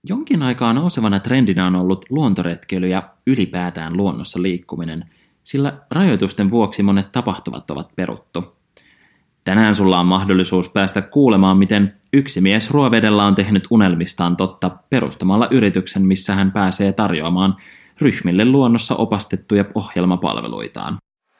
Jonkin aikaa nousevana trendinä on ollut luontoretkeily ja ylipäätään luonnossa liikkuminen, sillä rajoitusten vuoksi monet tapahtumat ovat peruttu. Tänään sulla on mahdollisuus päästä kuulemaan, miten yksi mies Ruovedellä on tehnyt unelmistaan totta perustamalla yrityksen, missä hän pääsee tarjoamaan ryhmille luonnossa opastettuja ohjelmapalveluitaan.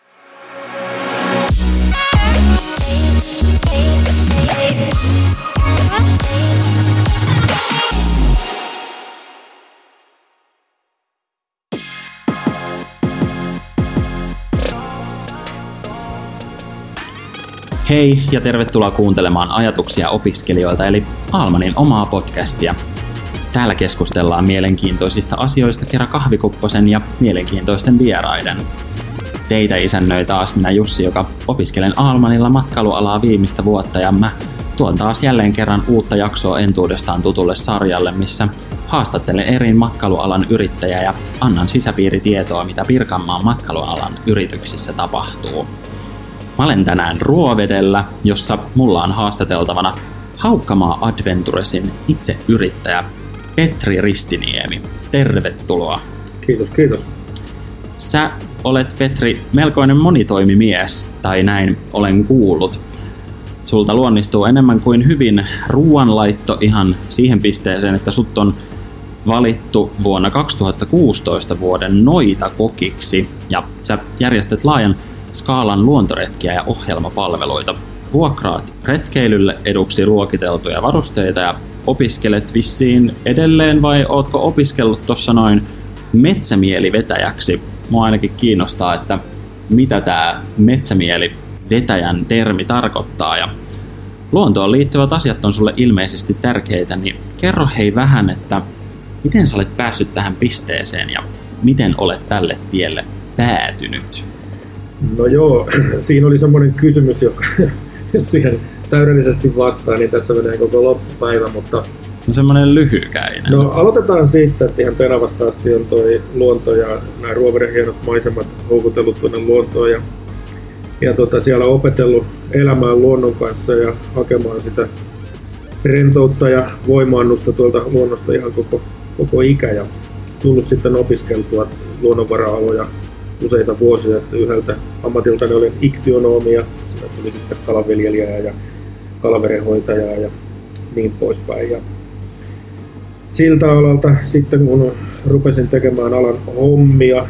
Hei ja tervetuloa kuuntelemaan ajatuksia opiskelijoilta eli Almanin omaa podcastia. Täällä keskustellaan mielenkiintoisista asioista kerran kahvikupposen ja mielenkiintoisten vieraiden. Teitä isännöi taas minä Jussi, joka opiskelen Almanilla matkailualaa viimeistä vuotta ja mä tuon taas jälleen kerran uutta jaksoa entuudestaan tutulle sarjalle, missä haastattelen eri matkailualan yrittäjää ja annan sisäpiiritietoa, mitä Pirkanmaan matkailualan yrityksissä tapahtuu. Mä olen tänään Ruovedellä, jossa mulla on haastateltavana Haukkamaa Adventuresin itse yrittäjä Petri Ristiniemi. Tervetuloa. Kiitos. Sä olet, Petri, melkoinen monitoimimies, tai näin olen kuullut. Sulta luonnistuu enemmän kuin hyvin ruoanlaitto ihan siihen pisteeseen, että sut on valittu vuonna 2016 vuoden Noita-kokiksi, ja sä järjestät laajan skaalan luontoretkiä ja ohjelmapalveluita. Vuokraat retkeilylle eduksi ruokiteltuja varusteita ja opiskelet vissiin edelleen, vai ootko opiskellut tuossa noin metsämielivetäjäksi? Mua ainakin kiinnostaa, että mitä tää metsämielivetäjän termi tarkoittaa, ja luontoon liittyvät asiat on sulle ilmeisesti tärkeitä, niin kerro hei vähän, että miten sä olet päässyt tähän pisteeseen ja miten olet tälle tielle päätynyt? No joo, siinä oli semmoinen kysymys, joka jos siihen täydellisesti vastaa, niin tässä menee koko loppupäivä, mutta... No semmoinen lyhykäinen. No aloitetaan siitä, että ihan Tenavasta asti on toi luonto ja nämä Ruoveden hienot maisemat houkutellut tuonne luontoon ja siellä on opetellut elämään luonnon kanssa ja hakemaan sitä rentoutta ja voimaannusta tuolta luonnosta ihan koko ikä ja tullut sitten opiskeltua luonnonvara-aloja useita vuosia, että yhdeltä ammatiltani olin iktyonomi ja siinä tuli sitten kalanviljelijää ja kalaverenhoitajaa ja niin poispäin. Ja siltä alalta sitten kun rupesin tekemään alan hommia,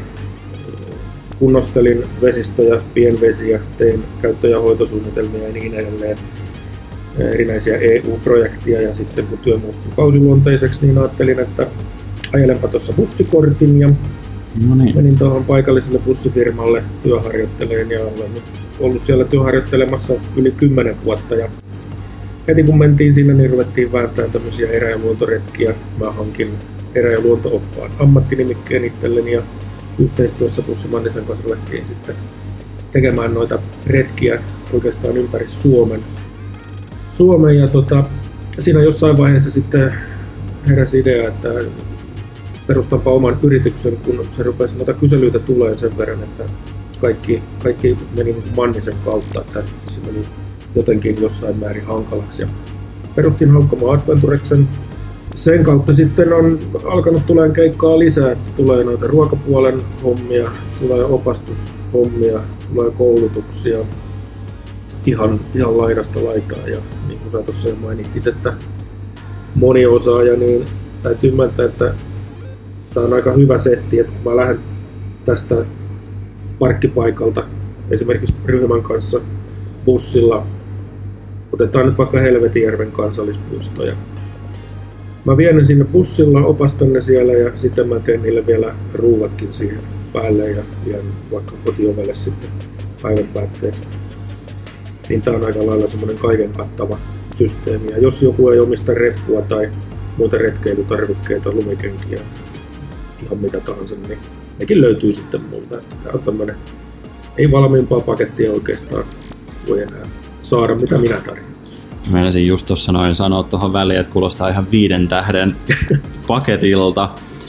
kunnostelin vesistöjä, pienvesiä, tein käyttö- ja hoitosuunnitelmia ja niin edelleen, erinäisiä EU-projekteja ja sitten kun työ muuttui kausiluonteiseksi, niin ajattelin, että ajelenpa tuossa bussikortin ja menin tuohon paikalliselle bussifirmalle työharjoitteleen ja olen nyt ollut siellä työharjoittelemassa yli 10 vuotta. Ja heti kun mentiin sinne, niin ruvettiin vääntämään tämmöisiä erä- ja luontoretkiä. Mä hankin erä- ja luonto-oppaan ammattinimikkeen itselleni ja yhteistyössä Bussi Mannisen kanssa ruvettiin sitten tekemään noita retkiä oikeastaan ympäri Suomen. Ja siinä jossain vaiheessa sitten heräsi idea, että perustanpa oman yrityksen, kun se rupesi noita kyselyitä tulee sen verran, että kaikki meni Mannisen kautta, että se meni jotenkin jossain määrin hankalaksi. Ja perustin Haukkamaa Adventureksen. Sen kautta sitten on alkanut tulemaan keikkaa lisää, että tulee noita ruokapuolen hommia, tulee opastushommia, tulee koulutuksia ihan laidasta laitaan. Ja niin kuin sä tuossa jo mainittit, että moniosaaja, niin täytyy ymmärtää, että tämä on aika hyvä setti, että kun mä lähden tästä parkkipaikalta esimerkiksi ryhmän kanssa bussilla, otetaan nyt vaikka Helvetijärven kansallispuisto, ja mä vien ne sinne bussilla, opastan ne siellä ja sitten mä teen niille vielä ruuatkin siihen päälle ja vien vaikka kotiovelle sitten päivän päätteeksi. Niin tää on aika lailla semmoinen kaiken kattava systeemi, ja jos joku ei omista reppua tai muita retkeilytarvikkeita, lumikenkiä, ihan mitä tahansa, niin nekin löytyy sitten multa. Tämä on tämmönen, ei valmiimpaa pakettia oikeastaan voi enää saada, mitä minä tarjoan. Meinasin just tuossa noin sanoa tuohon väliin, että kuulostaa ihan 5 tähden paketilta.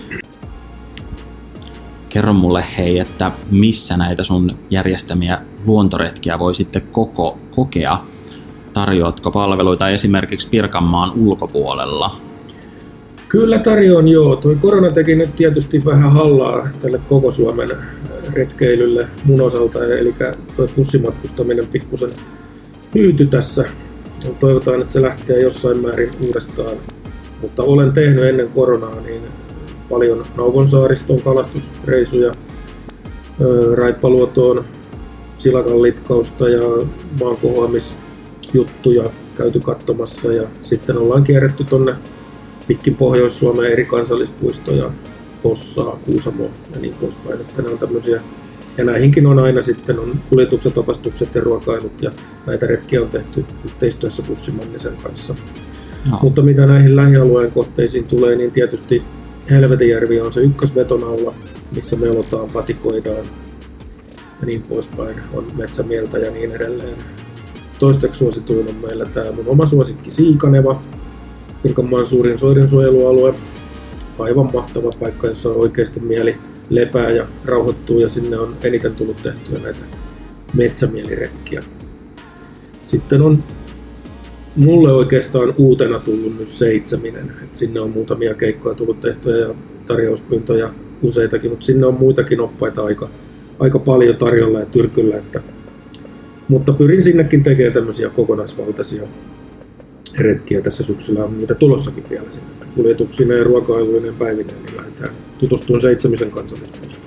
Kerro mulle hei, että missä näitä sun järjestämiä luontoretkiä voi sitten kokea? Tarjoatko palveluita esimerkiksi Pirkanmaan ulkopuolella? Kyllä tarjoan, joo. Tuo korona teki nyt tietysti vähän hallaa tälle koko Suomen retkeilylle mun osalta, eli tuo bussimatkustaminen pikkusen hyytyi tässä. Toivotaan, että se lähtee jossain määrin uudestaan. Mutta olen tehnyt ennen koronaa niin paljon Nauvon saariston kalastusreisuja, Raippaluotoon, silakan litkausta ja maankohoamisjuttuja käyty katsomassa. Ja sitten ollaan kierretty tonne pitkin Pohjois-Suomeen eri kansallispuistoja, Hossaa, Kuusamoa ja niin poispäin. Että nämä on tämmöisiä. Ja näihinkin on aina sitten on kuljetukset, opastukset ja ruokailut ja näitä retkiä on tehty yhteistyössä Bussimannisen kanssa. No. Mutta mitä näihin lähialueen kohteisiin tulee, niin tietysti Helvetinjärvi on se ykkösvetonaula, missä melotaan, patikoidaan ja niin poispäin. On metsämieltä ja niin edelleen. Toisteksi suosituin on meillä tämä mun oma suosikki Siikaneva, Pirkanmaan suurin soidensuojelualue. Aivan mahtava paikka, jossa on oikeasti mieli lepää ja rauhoittuu, ja sinne on eniten tullut tehtyä näitä metsämielirekkiä. Sitten on mulle oikeastaan uutena tullut nyt Seitseminen. Et sinne on muutamia keikkoja tullut tehtyä ja tarjouspyyntöjä useitakin, mutta sinne on muitakin oppaita aika paljon tarjolla ja tyrkyllä. Mutta pyrin sinnekin tekemään tämmöisiä kokonaisvaltaisia retkiä tässä syksyllä. On niitä tulossakin vielä sinne. Kuljetuksina ja ruokailuineen päivineen, niin lähdetään tutustumaan Seitsemisen kansallispuistoon.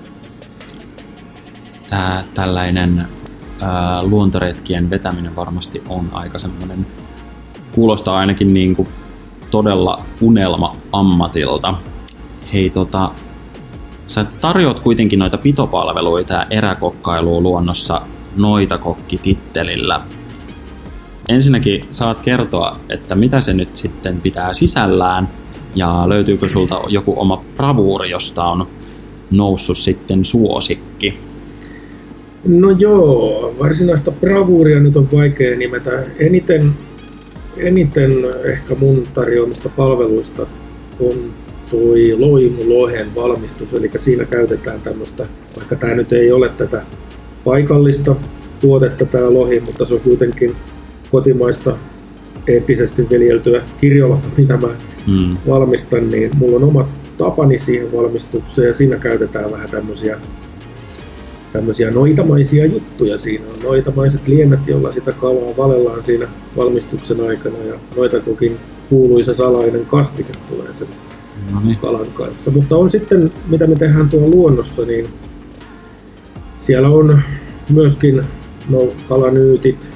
Tällainen luontoretkien vetäminen varmasti on aika semmoinen, kuulostaa ainakin niin kuin todella unelma-ammatilta. Hei, sä tarjoat kuitenkin noita pitopalveluita ja eräkokkailua luonnossa Noitakokki-tittelillä. Ensinnäkin saat kertoa, että mitä se nyt sitten pitää sisällään ja löytyykö sulta joku oma bravuuri, josta on noussut sitten suosikki? No joo, varsinaista bravuuria nyt on vaikea nimetä. Eniten ehkä mun tarjoamista palveluista on toi loimulohen valmistus, eli siinä käytetään tämmöistä, vaikka tämä nyt ei ole tätä paikallista tuotetta tämä lohi, mutta se on kuitenkin kotimaista eettisesti viljeltyä kirjolohta, mitä mä valmistan, niin mulla on oma tapani siihen valmistukseen ja siinä käytetään vähän tämmöisiä noitamaisia juttuja. Siinä on noitamaiset liemet, joilla sitä kalaa valellaan siinä valmistuksen aikana ja Noitakokin kuuluisa salainen kastike tulee sen kalan kanssa. Mutta on sitten, mitä me tehdään tuolla luonnossa, niin siellä on myöskin kalanyytit.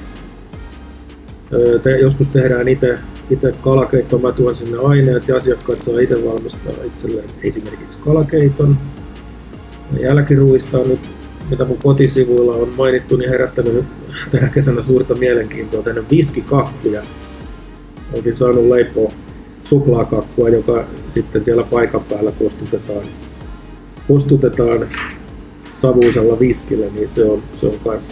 Joskus tehdään itse kalakeitto, mä tuon sinne aineet ja asiakkaat saa itse valmistaa itselleen esimerkiksi kalakeiton. Jälkiruista on nyt, mitä mun kotisivuilla on mainittu, niin herättänyt tänä kesänä suurta mielenkiintoa tänne viskikakkuja. Onkin saanut leipoa suklaakakkua, joka sitten siellä paikan päällä kostutetaan savuisella viskillä, niin se on myös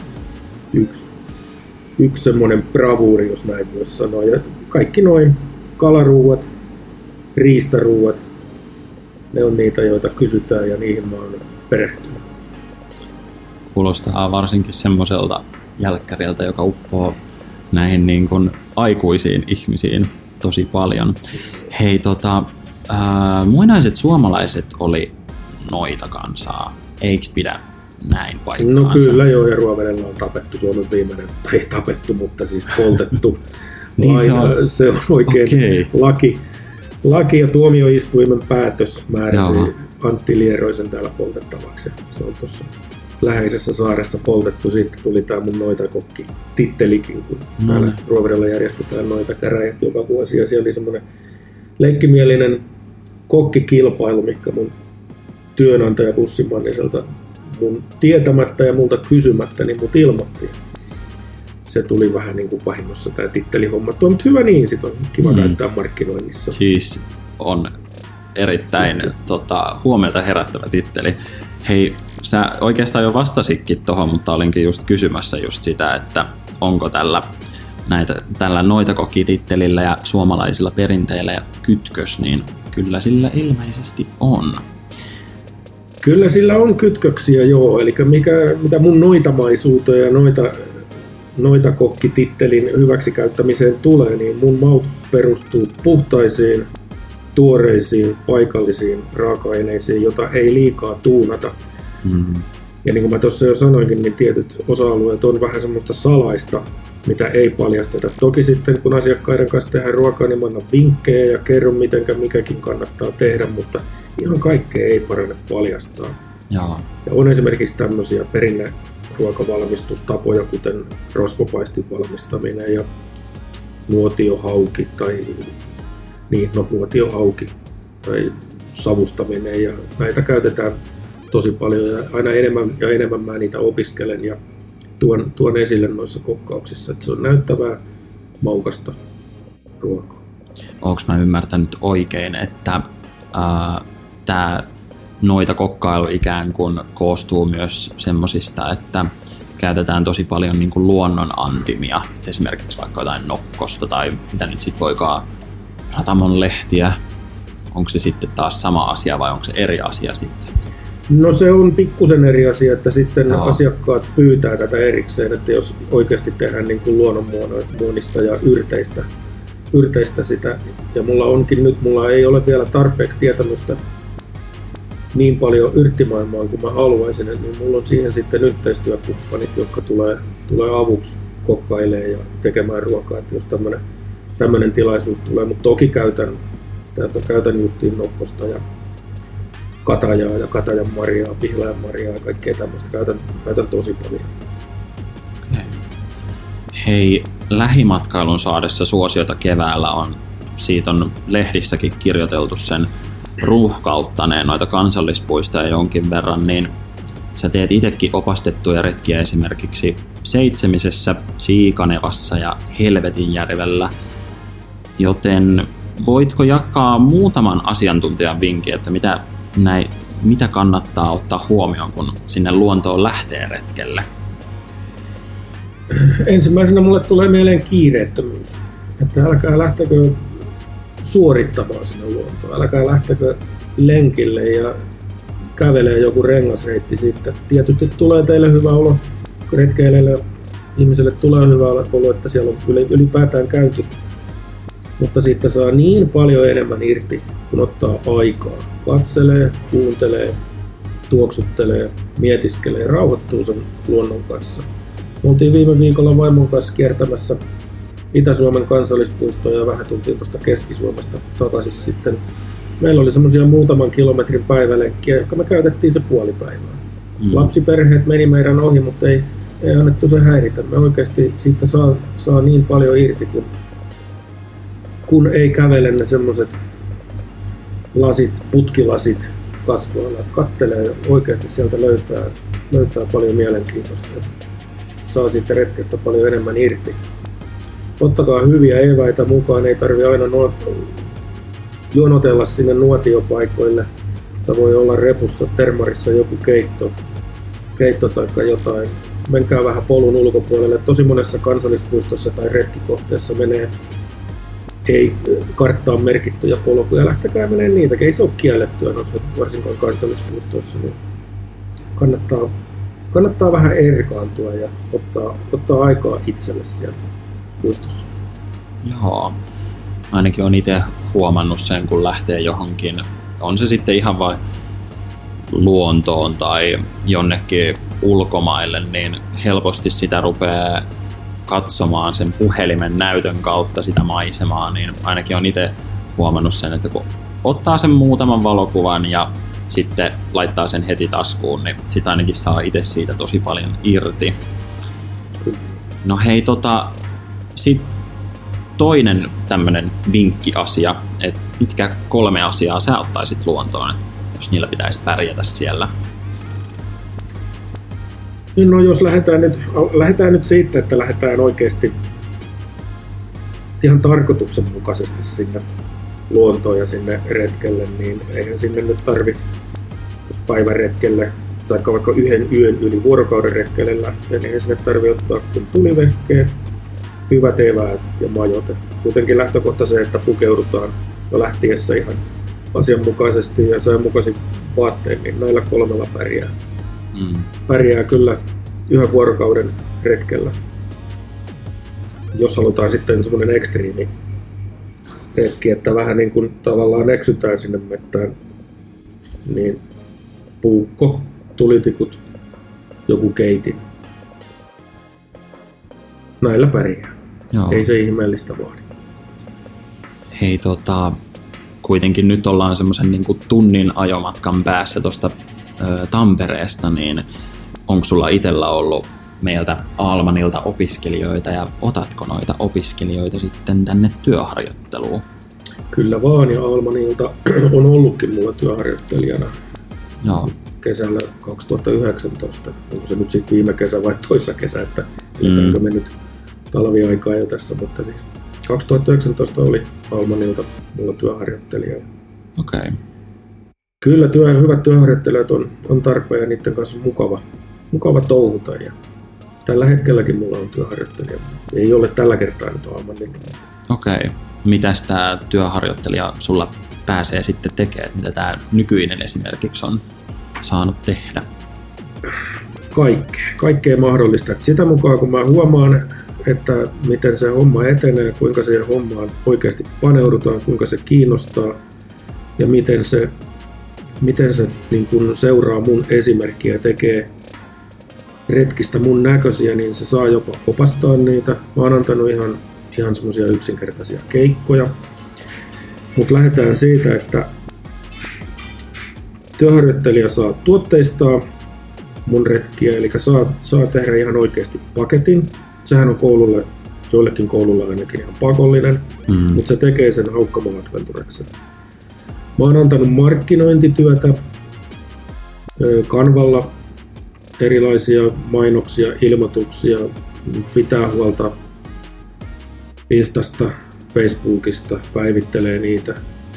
yksi semmoinen bravuuri, jos näin voisi sanoa. Ja kaikki noin kalaruuat, riistaruuat, ne on niitä, joita kysytään ja niihin mä oon perehtynyt. Kuulostaa varsinkin semmoiselta jälkkäriltä, joka uppoo näihin niin kuin aikuisiin ihmisiin tosi paljon. Hei, muinaiset suomalaiset oli noita kansaa, eikö pidä näin paikkaansa? No kyllä joo, ja Ruovedellä on tapettu Suomen viimeinen, tai ei tapettu, mutta siis poltettu. Niin se on oikein laki ja tuomioistuimen päätös määräsi Antti Lieroisen täällä poltettavaksi. Se on tuossa läheisessä saaressa poltettu. Siitä tuli tämä mun Noitakokki-tittelikin, kun täällä Ruovedella järjestetään noita käräjät joka vuosi. Ja siellä oli semmoinen leikkimielinen kokkikilpailu, mikä mun työnantaja Bussimanniselta mun tietämättä ja multa kysymättä, niin mut ilmoittiin. Se tuli vähän niin kuin vahingossa tämä tittelihomma. Tuo on hyvä niin, sit on kiva käyttää markkinoinnissa. Siis on erittäin huomiota herättävä titteli. Hei, sä oikeastaan jo vastasitkin tohon, mutta olinkin just kysymässä just sitä, että onko tällä Noitakokki-tittelillä ja suomalaisilla perinteillä ja kytkös, niin kyllä sillä ilmeisesti on. Kyllä sillä on kytköksiä, joo. Eli mitä mun noitamaisuuteen ja Noitakokki-tittelin hyväksikäyttämiseen tulee, niin mun maut perustuu puhtaisiin tuoreisiin, paikallisiin raaka-aineisiin, jota ei liikaa tuunata. Ja niin kuin mä tuossa jo sanoinkin, niin tietyt osa-alueet on vähän semmoista salaista, mitä ei paljasteta. Toki sitten kun asiakkaiden kanssa tehdään ruokaa, niin mä annan vinkkejä ja kerron mitenkä mikäkin kannattaa tehdä, mutta ihan kaikkea ei parane paljastaa. Jaa. Ja on esimerkiksi tämmöisiä perinneruokavalmistustapoja, kuten rosvopaistin valmistaminen ja nuotiohauki nuotiohauki tai savustaminen, ja näitä käytetään tosi paljon ja aina enemmän ja enemmän mä niitä opiskelen ja tuon esille noissa kokkauksissa, että se on näyttävää, maukasta ruokaa. Onko mä ymmärtänyt oikein, että tämä noita kokkailu ikään kuin koostuu myös semmosista, että käytetään tosi paljon niin kuin luonnon antimia, esimerkiksi vaikka jotain nokkosta tai mitä nyt sitten voikaan, ratamon lehtiä. Onko se sitten taas sama asia vai onko se eri asia sitten? No se on pikkusen eri asia, että sitten asiakkaat pyytää tätä erikseen, että jos oikeasti tehdään niin kuin luonnonmuonista ja yrteistä sitä. Ja mulla ei ole vielä tarpeeksi tietämystä niin paljon yrttimaailmaan kuin mä haluaisin, niin mulla on siihen sitten yhteistyökumppanit, jotka tulee avuksi kokkailemaan ja tekemään ruokaa, että jos tämmöinen tilaisuus tulee. Mutta toki käytän justiin nokkosta ja katajaa ja katajan marjaa, pihlajan marjaa ja kaikkea tämmöistä. Käytän tosi paljon. Okay. Hei, lähimatkailun saadessa suosiota keväällä siitä on lehdissäkin kirjoiteltu sen ruuhkauttaneen noita kansallispuistoja jonkin verran, niin sä teet itsekin opastettuja retkiä esimerkiksi Seitsemisessä, Siikanevassa ja Helvetinjärvellä, joten voitko jakaa muutaman asiantuntijan vinkin, että mitä kannattaa ottaa huomioon, kun sinne luontoon lähtee retkelle? Ensimmäisenä mulle tulee mieleen kiireettömyys. Että älkää lähtekö suorittamaan sinne luontoon. Älkää lähtekö lenkille ja kävelee joku rengasreitti sitten. Tietysti tulee teille hyvä olo. Retkeilijälle ihmiselle tulee hyvä olo, että siellä on ylipäätään käyty. Mutta siitä saa niin paljon enemmän irti, kun ottaa aikaa. Katselee, kuuntelee, tuoksuttelee, mietiskelee, rauhoittuu sen luonnon kanssa. Me oltiin viime viikolla vaimon kanssa kiertämässä Itä-Suomen kansallispuistoa ja vähän tultiin tuosta Keski-Suomesta takaisin sitten. Meillä oli semmoisia muutaman kilometrin päivälenkkiä, jotka me käytettiin se puoli päivää. Lapsiperheet meni meidän ohi, mutta ei annettu se häiritä. Me oikeasti siitä saa niin paljon irti, kun ei kävele ne semmoiset putkilasit kasvoilla. Kattelee oikeasti sieltä löytää paljon mielenkiintoista. Saa siitä retkestä paljon enemmän irti. Ottakaa hyviä eväitä mukaan, ei tarvitse aina jonotella sinne nuotiopaikoille. Sitä voi olla repussa, termarissa joku keitto tai jotain. Menkää vähän polun ulkopuolelle. Tosi monessa kansallispuistossa tai retkikohteessa ei karttaan merkittyjä polkuja. Lähtekää menemään niitäkin. Ei se ole kiellettyä noissa varsinkaan kansallispuistoissa. Niin kannattaa vähän erkaantua ja ottaa aikaa itselle siellä puistossa. Joo. Ainakin olen itse huomannut sen, kun lähtee johonkin, on se sitten ihan vain luontoon tai jonnekin ulkomaille, niin helposti sitä rupeaa katsomaan sen puhelimen näytön kautta sitä maisemaa, niin ainakin olen itse huomannut sen, että kun ottaa sen muutaman valokuvan ja sitten laittaa sen heti taskuun, niin sitä ainakin saa itse siitä tosi paljon irti. No hei, sit toinen tämmönen vinkkiasia, että mitkä 3 asiaa sä ottaisit luontoon, jos niillä pitäisi pärjätä siellä? No jos lähdetään nyt siitä, että lähdetään oikeasti ihan tarkoituksenmukaisesti sinne luontoon ja sinne retkelle, niin eihän sinne nyt tarvitse päiväretkelle tai vaikka yhden yön yli vuorokauden retkelle lähteä, niin eihän sinne tarvitse ottaa kuin tulivehkeet, hyvät eväät ja majoite. Kuitenkin lähtökohta se, että pukeudutaan jo lähtiessä ihan asianmukaisesti ja säännönmukaisin vaattein, niin näillä 3 pärjää. Pärjää kyllä yhden vuorokauden retkellä. Jos halutaan sitten semmoinen ekstriimi retki, että vähän niin kuin tavallaan eksytään sinne mettään, niin puukko, tulitikut, joku keitin. Näillä pärjää. Joo. Ei se ihmeellistä vaadi. Hei, kuitenkin nyt ollaan semmoisen niin kuin tunnin ajomatkan päässä tuosta Tampereesta, niin onko sulla itsellä ollut meiltä Almanilta opiskelijoita ja otatko noita opiskelijoita sitten tänne työharjoitteluun? Kyllä vaan, ja Almanilta on ollutkin mulla työharjoittelijana. Joo. Kesällä 2019. Onko se nyt sitten viime kesä vai toissa kesä, että eletäänkö me nyt talviaikaa jo tässä, mutta siis 2019 oli Almanilta mulla työharjoittelija. Okei. Okay. Kyllä hyvät työharjoittelijat on tarpeen ja niiden kanssa on mukava touhuta. Ja tällä hetkelläkin mulla on työharjoittelija. Ei ole tällä kertaa nyt Almanilta. Okei. Okay. Mitäs tämä työharjoittelija sulla pääsee sitten tekemään? Mitä tämä nykyinen esimerkiksi on saanut tehdä? Kaikkea mahdollista. Et sitä mukaan kun mä huomaan, että miten se homma etenee, kuinka siihen hommaan oikeasti paneudutaan, kuinka se kiinnostaa ja miten se niin kun seuraa mun esimerkkiä ja tekee retkistä mun näköisiä, niin se saa jopa opastaa niitä. Mä oon antanut ihan semmoisia yksinkertaisia keikkoja. Mutta lähdetään siitä, että työharjoittelija saa tuotteistaa mun retkiä, eli saa tehdä ihan oikeasti paketin. Sehän on joillekin koululle ainakin ihan pakollinen, mutta se tekee sen Haukkamo Adventureksen. Mä oon antanut markkinointityötä Canvalla, erilaisia mainoksia, ilmoituksia, pitää huolta Instasta, Facebookista, päivittelee niitä.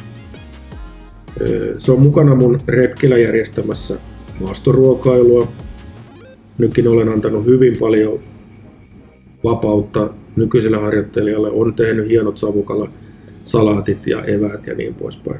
Se on mukana mun retkellä järjestämässä maastoruokailua. Nytkin olen antanut hyvin paljon vapautta nykyiselle harjoittelijalle. On tehnyt hienot savukala-salaatit ja eväät ja niin poispäin.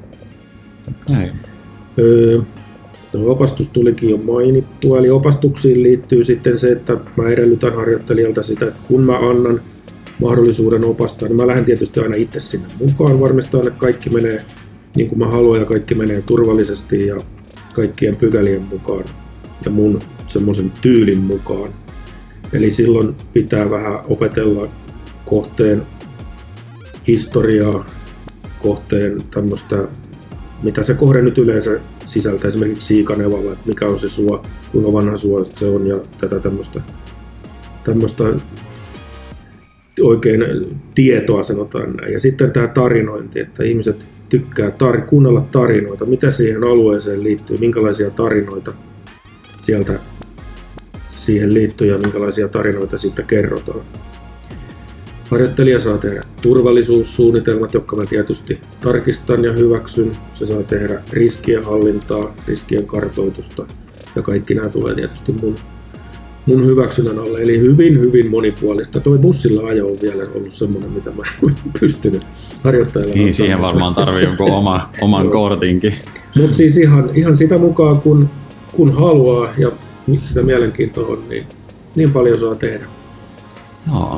Opastus tulikin jo mainittua. Eli opastuksiin liittyy sitten se, että mä edellytän harjoittelijalta sitä, että kun mä annan mahdollisuuden opastaa, niin mä lähden tietysti aina itse sinne mukaan. Varmistan, että kaikki menee niin kuin mä haluan ja kaikki menee turvallisesti ja kaikkien pykälien mukaan ja mun semmoisen tyylin mukaan. Eli silloin pitää vähän opetella kohteen historiaa, kohteen tämmöistä, mitä se kohde nyt yleensä sisältää, esimerkiksi Siikanevala, että mikä on se suo, kuinka vanha suo se on ja tätä tämmöistä oikein tietoa sanotaan näin. Ja sitten tämä tarinointi, että ihmiset tykkää kuunnella tarinoita, mitä siihen alueeseen liittyy, minkälaisia tarinoita sieltä siihen liittyy ja minkälaisia tarinoita siitä kerrotaan. Harjoittelija saa tehdä turvallisuussuunnitelmat, jotka mä tietysti tarkistan ja hyväksyn. Se saa tehdä riskien hallintaa, riskien kartoitusta ja kaikki nämä tulee tietysti mun hyväksynnän alle. Eli hyvin, hyvin monipuolista. Toi bussilla ajo on vielä ollut semmoinen, mitä mä en pystynyt harjoittelemaan. Niin, siihen varmaan tarvii jonkun oman kortinkin. Mutta siis ihan sitä mukaan, kun haluaa ja sitä mielenkiintoa on, niin paljon saa tehdä. Joo.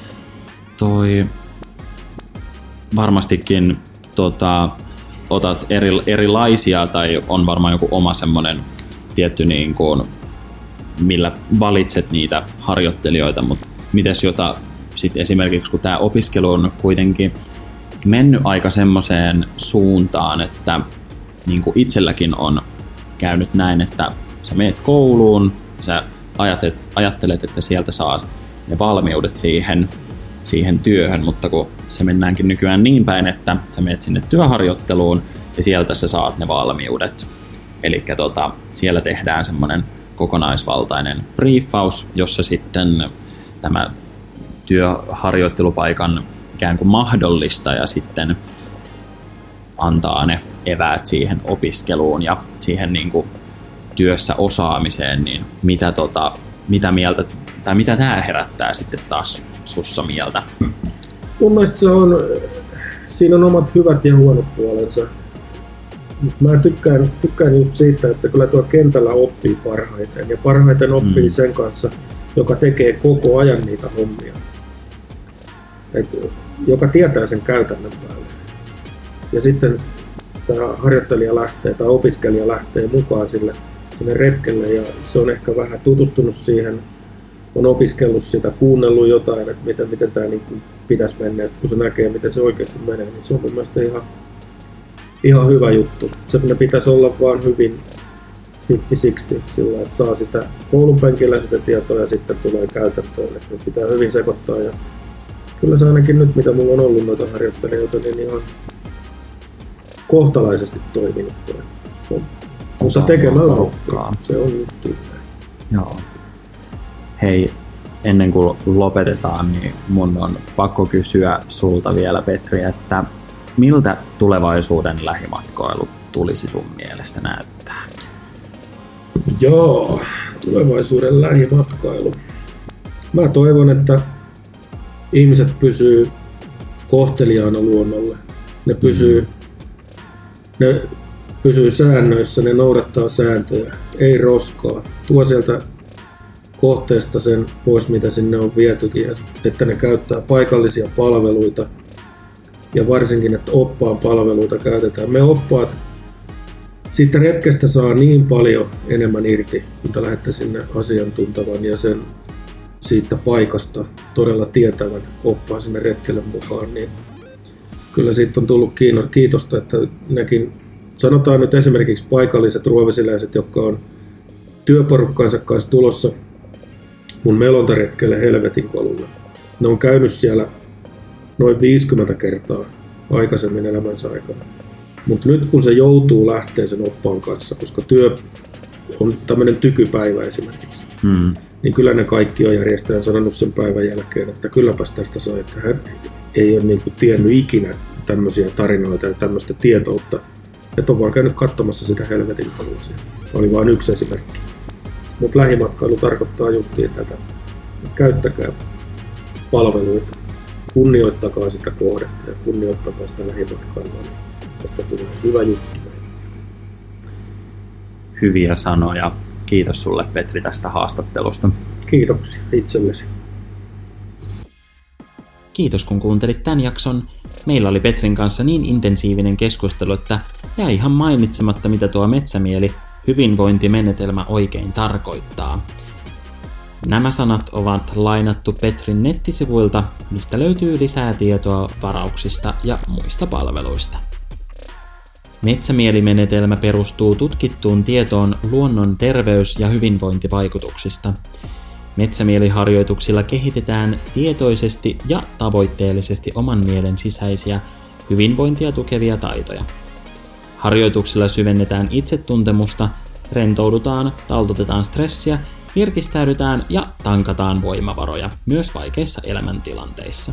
Varmastikin otat erilaisia tai on varmaan joku oma semmoinen tietty niin kuin, millä valitset niitä harjoittelijoita, mutta mites sitten esimerkiksi kun tämä opiskelu on kuitenkin mennyt aika semmoiseen suuntaan, että niin kuin itselläkin on käynyt näin, että sä meet kouluun, sä ajattelet, että sieltä saa ne valmiudet siihen työhön, mutta kun se mennäänkin nykyään niin päin, että sä menet sinne työharjoitteluun ja sieltä sä saat ne valmiudet. Eli siellä tehdään semmoinen kokonaisvaltainen briefaus, jossa sitten tämä työharjoittelupaikan ikään kuin mahdollista ja sitten antaa ne eväät siihen opiskeluun ja siihen niin kuin työssä osaamiseen, niin mitä mieltä tai mitä tämä herättää sitten taas sussa mieltä? Mun mielestä siinä on omat hyvät ja huonot puolensa. Mä tykkään just siitä, että kyllä tuo kentällä oppii parhaiten ja parhaiten oppii sen kanssa, joka tekee koko ajan niitä hommia. Joka tietää sen käytännön päälle. Ja sitten tämä harjoittelija lähtee tai opiskelija lähtee mukaan sinne retkelle ja se on ehkä vähän tutustunut siihen, on opiskellut sitä, kuunnellut jotain, että miten tämä niin kuin pitäisi mennä ja kun se näkee, miten se oikeasti menee, niin se on mun mielestä ihan hyvä juttu. Se pitäisi olla vaan hyvin 50-60 sillä, että saa sitä koulun penkillä sitä tietoa ja sitten tulee käytäntöön, että pitää hyvin sekoittaa ja kyllä se ainakin nyt, mitä mulla on ollut noita harjoittelijoita, niin ihan kohtalaisesti toiminut toi. Mutta tekemällä oppaa. Se on just näin. Joo. Hei, ennen kuin lopetetaan, niin mun on pakko kysyä sulta vielä, Petri, että miltä tulevaisuuden lähimatkailu tulisi sun mielestä näyttää? Joo, tulevaisuuden lähimatkailu. Mä toivon, että ihmiset pysyy kohteliaana luonnolle. Ne pysyy säännöissä, ne noudattaa sääntöjä, ei roskaa. Tuo sieltä kohteesta sen pois, mitä sinne on vietykin, että ne käyttää paikallisia palveluita ja varsinkin, että oppaan palveluita käytetään. Me oppaat siitä retkestä saa niin paljon enemmän irti, kun lähdette sinne asiantuntevan ja sen siitä paikasta todella tietävän oppaan sinne retkelle mukaan, niin kyllä siitä on tullut kiitosta, että nekin, sanotaan nyt esimerkiksi paikalliset ruovesiläiset, jotka on työporukkaansa kanssa tulossa mun melontaretkelle Helvetin kolulle. Ne on käynyt siellä noin 50 kertaa aikaisemmin elämänsä aikana. Mutta nyt kun se joutuu lähteä sen oppaan kanssa, koska työ on tämmöinen tykypäivä esimerkiksi, niin kyllä ne kaikki on järjestäjän sanonut sen päivän jälkeen, että kylläpäs tästä sai, että hän ei ole niinku tiennyt ikinä tämmöisiä tarinoita ja tämmöistä tietoutta, että on vaan käynyt katsomassa sitä Helvetin kolua. Oli vain yksi esimerkki. Mutta lähimatkailu tarkoittaa justiin tätä. Käyttäkää palveluita, kunnioittakaa sitä kohdetta ja kunnioittakaa sitä lähimatkailua. Tästä tulee hyvä juttu. Hyviä sanoja. Kiitos sulle, Petri, tästä haastattelusta. Kiitoksia itsellesi. Kiitos, kun kuuntelit tämän jakson. Meillä oli Petrin kanssa niin intensiivinen keskustelu, että jäi ihan mainitsematta, mitä tuo metsämieli hyvinvointimenetelmä oikein tarkoittaa. Nämä sanat ovat lainattu Petrin nettisivuilta, mistä löytyy lisää tietoa varauksista ja muista palveluista. Metsämielimenetelmä perustuu tutkittuun tietoon luonnon terveys- ja hyvinvointivaikutuksista. Metsämieliharjoituksilla kehitetään tietoisesti ja tavoitteellisesti oman mielen sisäisiä hyvinvointia tukevia taitoja. Harjoituksilla syvennetään itsetuntemusta, rentoudutaan, taltutetaan stressiä, virkistäydytään ja tankataan voimavaroja myös vaikeissa elämäntilanteissa.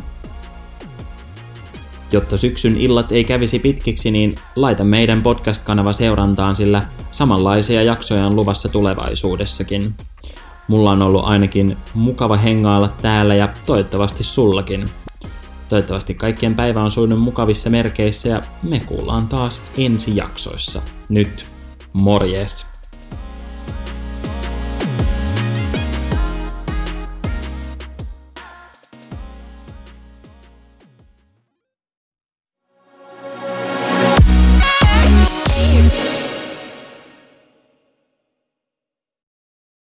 Jotta syksyn illat ei kävisi pitkiksi, niin laita meidän podcast-kanava seurantaan, sillä samanlaisia jaksoja on luvassa tulevaisuudessakin. Mulla on ollut ainakin mukava hengailla täällä ja toivottavasti sullakin. Toivottavasti kaikkien päivä on sujunut mukavissa merkeissä ja me kuullaan taas ensi jaksoissa. Nyt, morjes!